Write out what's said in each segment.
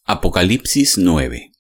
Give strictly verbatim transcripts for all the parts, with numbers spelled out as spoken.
Apocalipsis nueve.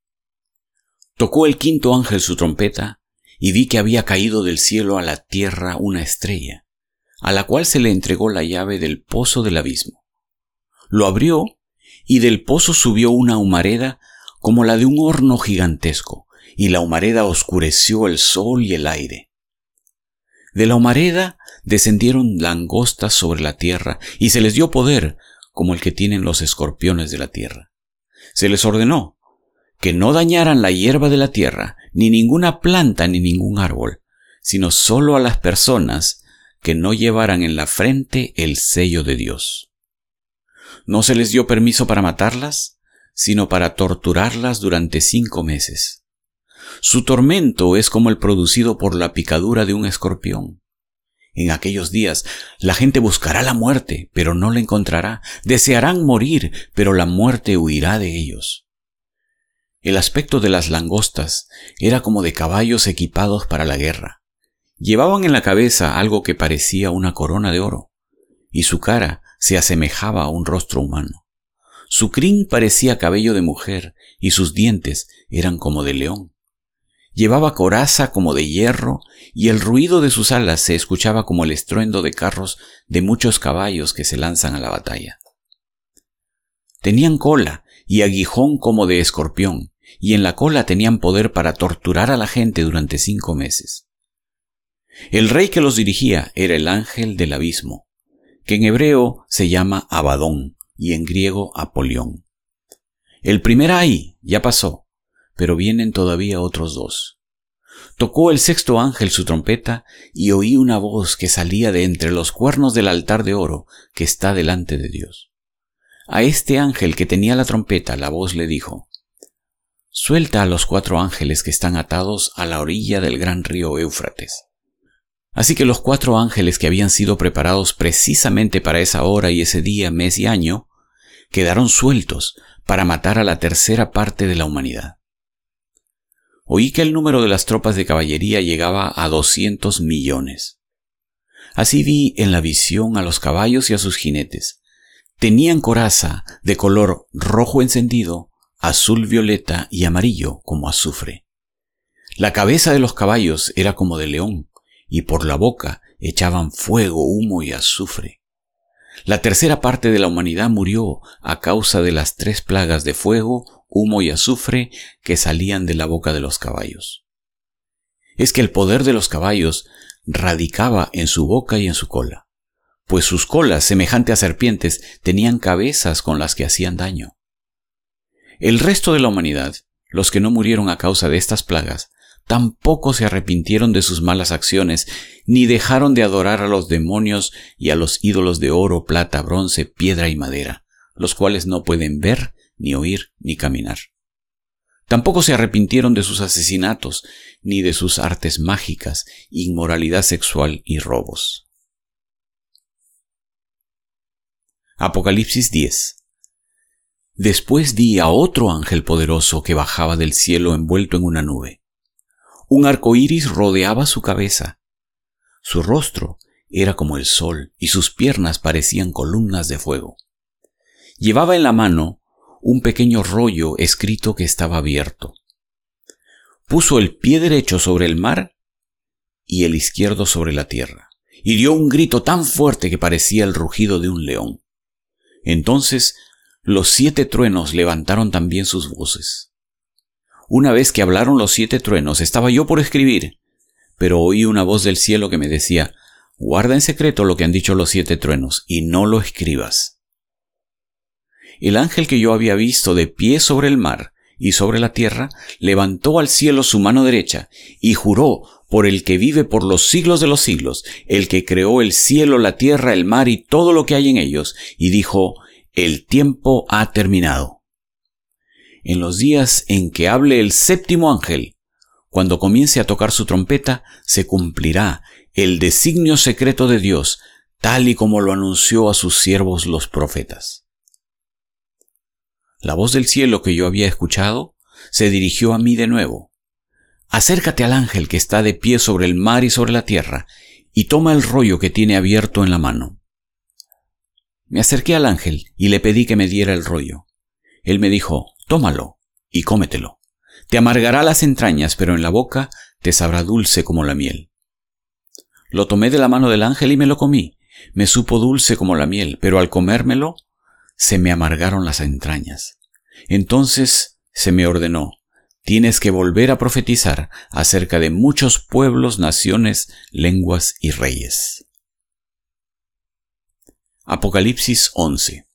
Tocó el quinto ángel su trompeta, y vi que había caído del cielo a la tierra una estrella, a la cual se le entregó la llave del pozo del abismo. Lo abrió, y del pozo subió una humareda como la de un horno gigantesco, y la humareda oscureció el sol y el aire. De la humareda descendieron langostas sobre la tierra, y se les dio poder como el que tienen los escorpiones de la tierra. Se les ordenó que no dañaran la hierba de la tierra, ni ninguna planta ni ningún árbol, sino solo a las personas que no llevaran en la frente el sello de Dios. No se les dio permiso para matarlas, sino para torturarlas durante cinco meses. Su tormento es como el producido por la picadura de un escorpión. En aquellos días la gente buscará la muerte, pero no la encontrará. Desearán morir, pero la muerte huirá de ellos. El aspecto de las langostas era como de caballos equipados para la guerra. Llevaban en la cabeza algo que parecía una corona de oro, y su cara se asemejaba a un rostro humano. Su crin parecía cabello de mujer, y sus dientes eran como de león. Llevaba coraza como de hierro, y el ruido de sus alas se escuchaba como el estruendo de carros de muchos caballos que se lanzan a la batalla. Tenían cola y aguijón como de escorpión, y en la cola tenían poder para torturar a la gente durante cinco meses. El rey que los dirigía era el ángel del abismo, que en hebreo se llama Abadón y en griego Apolión. El primer ay ya pasó, pero vienen todavía otros dos. Tocó el sexto ángel su trompeta, y oí una voz que salía de entre los cuernos del altar de oro que está delante de Dios. A este ángel que tenía la trompeta, la voz le dijo: «Suelta a los cuatro ángeles que están atados a la orilla del gran río Éufrates». Así que los cuatro ángeles que habían sido preparados precisamente para esa hora y ese día, mes y año, quedaron sueltos para matar a la tercera parte de la humanidad. Oí que el número de las tropas de caballería llegaba a doscientos millones. Así vi en la visión a los caballos y a sus jinetes. Tenían coraza de color rojo encendido, azul violeta y amarillo como azufre. La cabeza de los caballos era como de león, y por la boca echaban fuego, humo y azufre. La tercera parte de la humanidad murió a causa de las tres plagas de fuego, humo y azufre que salían de la boca de los caballos. Es que el poder de los caballos radicaba en su boca y en su cola, pues sus colas, semejante a serpientes, tenían cabezas con las que hacían daño. El resto de la humanidad, los que no murieron a causa de estas plagas, tampoco se arrepintieron de sus malas acciones, ni dejaron de adorar a los demonios y a los ídolos de oro, plata, bronce, piedra y madera, los cuales no pueden ver, ni oír, ni caminar. Tampoco se arrepintieron de sus asesinatos, ni de sus artes mágicas, inmoralidad sexual y robos. Apocalipsis diez. Después vi a otro ángel poderoso que bajaba del cielo envuelto en una nube. Un arco iris rodeaba su cabeza. Su rostro era como el sol y sus piernas parecían columnas de fuego. Llevaba en la mano un pequeño rollo escrito que estaba abierto. Puso el pie derecho sobre el mar y el izquierdo sobre la tierra, y dio un grito tan fuerte que parecía el rugido de un león. Entonces los siete truenos levantaron también sus voces. Una vez que hablaron los siete truenos, estaba yo por escribir, pero oí una voz del cielo que me decía: «Guarda en secreto lo que han dicho los siete truenos, y no lo escribas». El ángel que yo había visto de pie sobre el mar y sobre la tierra, levantó al cielo su mano derecha, y juró por el que vive por los siglos de los siglos, el que creó el cielo, la tierra, el mar y todo lo que hay en ellos, y dijo: «El tiempo ha terminado». En los días en que hable el séptimo ángel, cuando comience a tocar su trompeta, se cumplirá el designio secreto de Dios, tal y como lo anunció a sus siervos los profetas. La voz del cielo que yo había escuchado se dirigió a mí de nuevo. «Acércate al ángel que está de pie sobre el mar y sobre la tierra, y toma el rollo que tiene abierto en la mano». Me acerqué al ángel y le pedí que me diera el rollo. Él me dijo: tómalo y cómetelo. Te amargará las entrañas, pero en la boca te sabrá dulce como la miel. Lo tomé de la mano del ángel y me lo comí. Me supo dulce como la miel, pero al comérmelo se me amargaron las entrañas. Entonces se me ordenó: tienes que volver a profetizar acerca de muchos pueblos, naciones, lenguas y reyes. Apocalipsis once.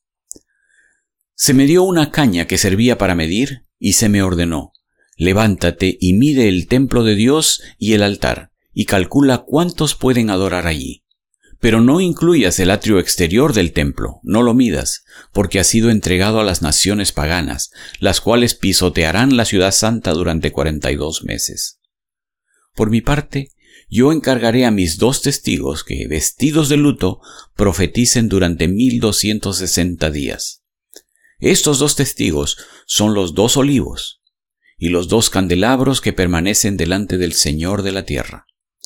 Se me dio una caña que servía para medir, y se me ordenó: levántate y mide el templo de Dios y el altar, y calcula cuántos pueden adorar allí. Pero no incluyas el atrio exterior del templo, no lo midas, porque ha sido entregado a las naciones paganas, las cuales pisotearán la ciudad santa durante cuarenta y dos meses. Por mi parte, yo encargaré a mis dos testigos que, vestidos de luto, profeticen durante mil doscientos sesenta días. Estos dos testigos son los dos olivos y los dos candelabros que permanecen delante del Señor de la tierra.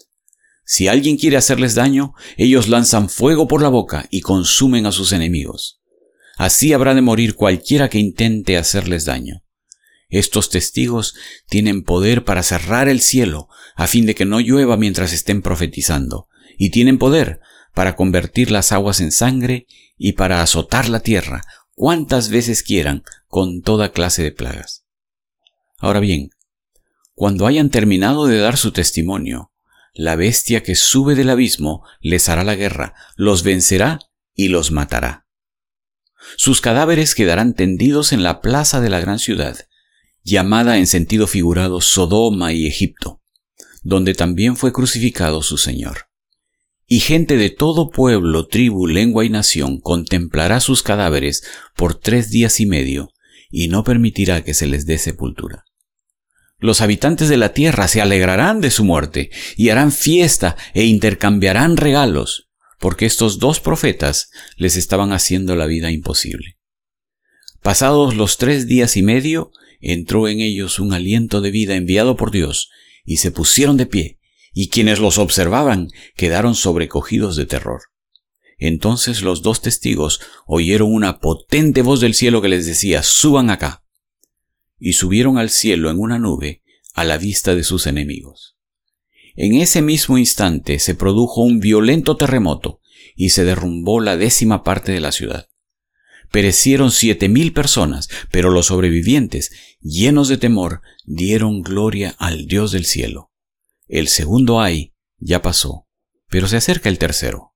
Si alguien quiere hacerles daño, ellos lanzan fuego por la boca y consumen a sus enemigos. Así habrá de morir cualquiera que intente hacerles daño. Estos testigos tienen poder para cerrar el cielo, a fin de que no llueva mientras estén profetizando, y tienen poder para convertir las aguas en sangre y para azotar la tierra cuantas veces quieran con toda clase de plagas. Ahora bien, cuando hayan terminado de dar su testimonio, la bestia que sube del abismo les hará la guerra, los vencerá y los matará. Sus cadáveres quedarán tendidos en la plaza de la gran ciudad, llamada en sentido figurado Sodoma y Egipto, donde también fue crucificado su Señor. Y gente de todo pueblo, tribu, lengua y nación contemplará sus cadáveres por tres días y medio, y no permitirá que se les dé sepultura. Los habitantes de la tierra se alegrarán de su muerte, y harán fiesta e intercambiarán regalos, porque estos dos profetas les estaban haciendo la vida imposible. Pasados los tres días y medio, entró en ellos un aliento de vida enviado por Dios, y se pusieron de pie, y quienes los observaban quedaron sobrecogidos de terror. Entonces los dos testigos oyeron una potente voz del cielo que les decía: «Suban acá». Y subieron al cielo en una nube a la vista de sus enemigos. En ese mismo instante se produjo un violento terremoto y se derrumbó la décima parte de la ciudad. Perecieron siete mil personas, pero los sobrevivientes, llenos de temor, dieron gloria al Dios del cielo. El segundo ay ya pasó, pero se acerca el tercero.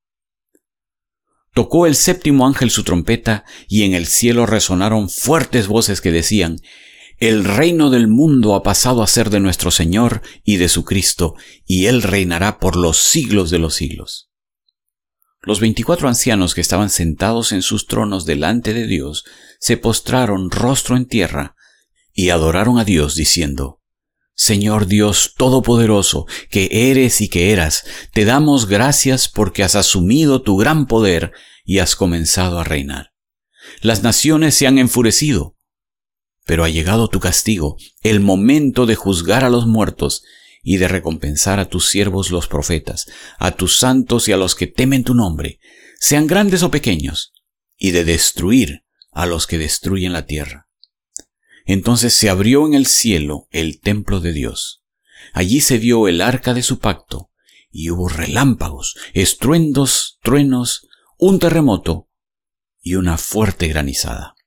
Tocó el séptimo ángel su trompeta, y en el cielo resonaron fuertes voces que decían: «El reino del mundo ha pasado a ser de nuestro Señor y de su Cristo, y Él reinará por los siglos de los siglos». Los veinticuatro ancianos que estaban sentados en sus tronos delante de Dios se postraron rostro en tierra y adoraron a Dios diciendo: «Señor Dios Todopoderoso, que eres y que eras, te damos gracias porque has asumido tu gran poder y has comenzado a reinar. Las naciones se han enfurecido, pero ha llegado tu castigo, el momento de juzgar a los muertos y de recompensar a tus siervos los profetas, a tus santos y a los que temen tu nombre, sean grandes o pequeños, y de destruir a los que destruyen la tierra». Entonces se abrió en el cielo el templo de Dios. Allí se vio el arca de su pacto, y hubo relámpagos, estruendos, truenos, un terremoto y una fuerte granizada.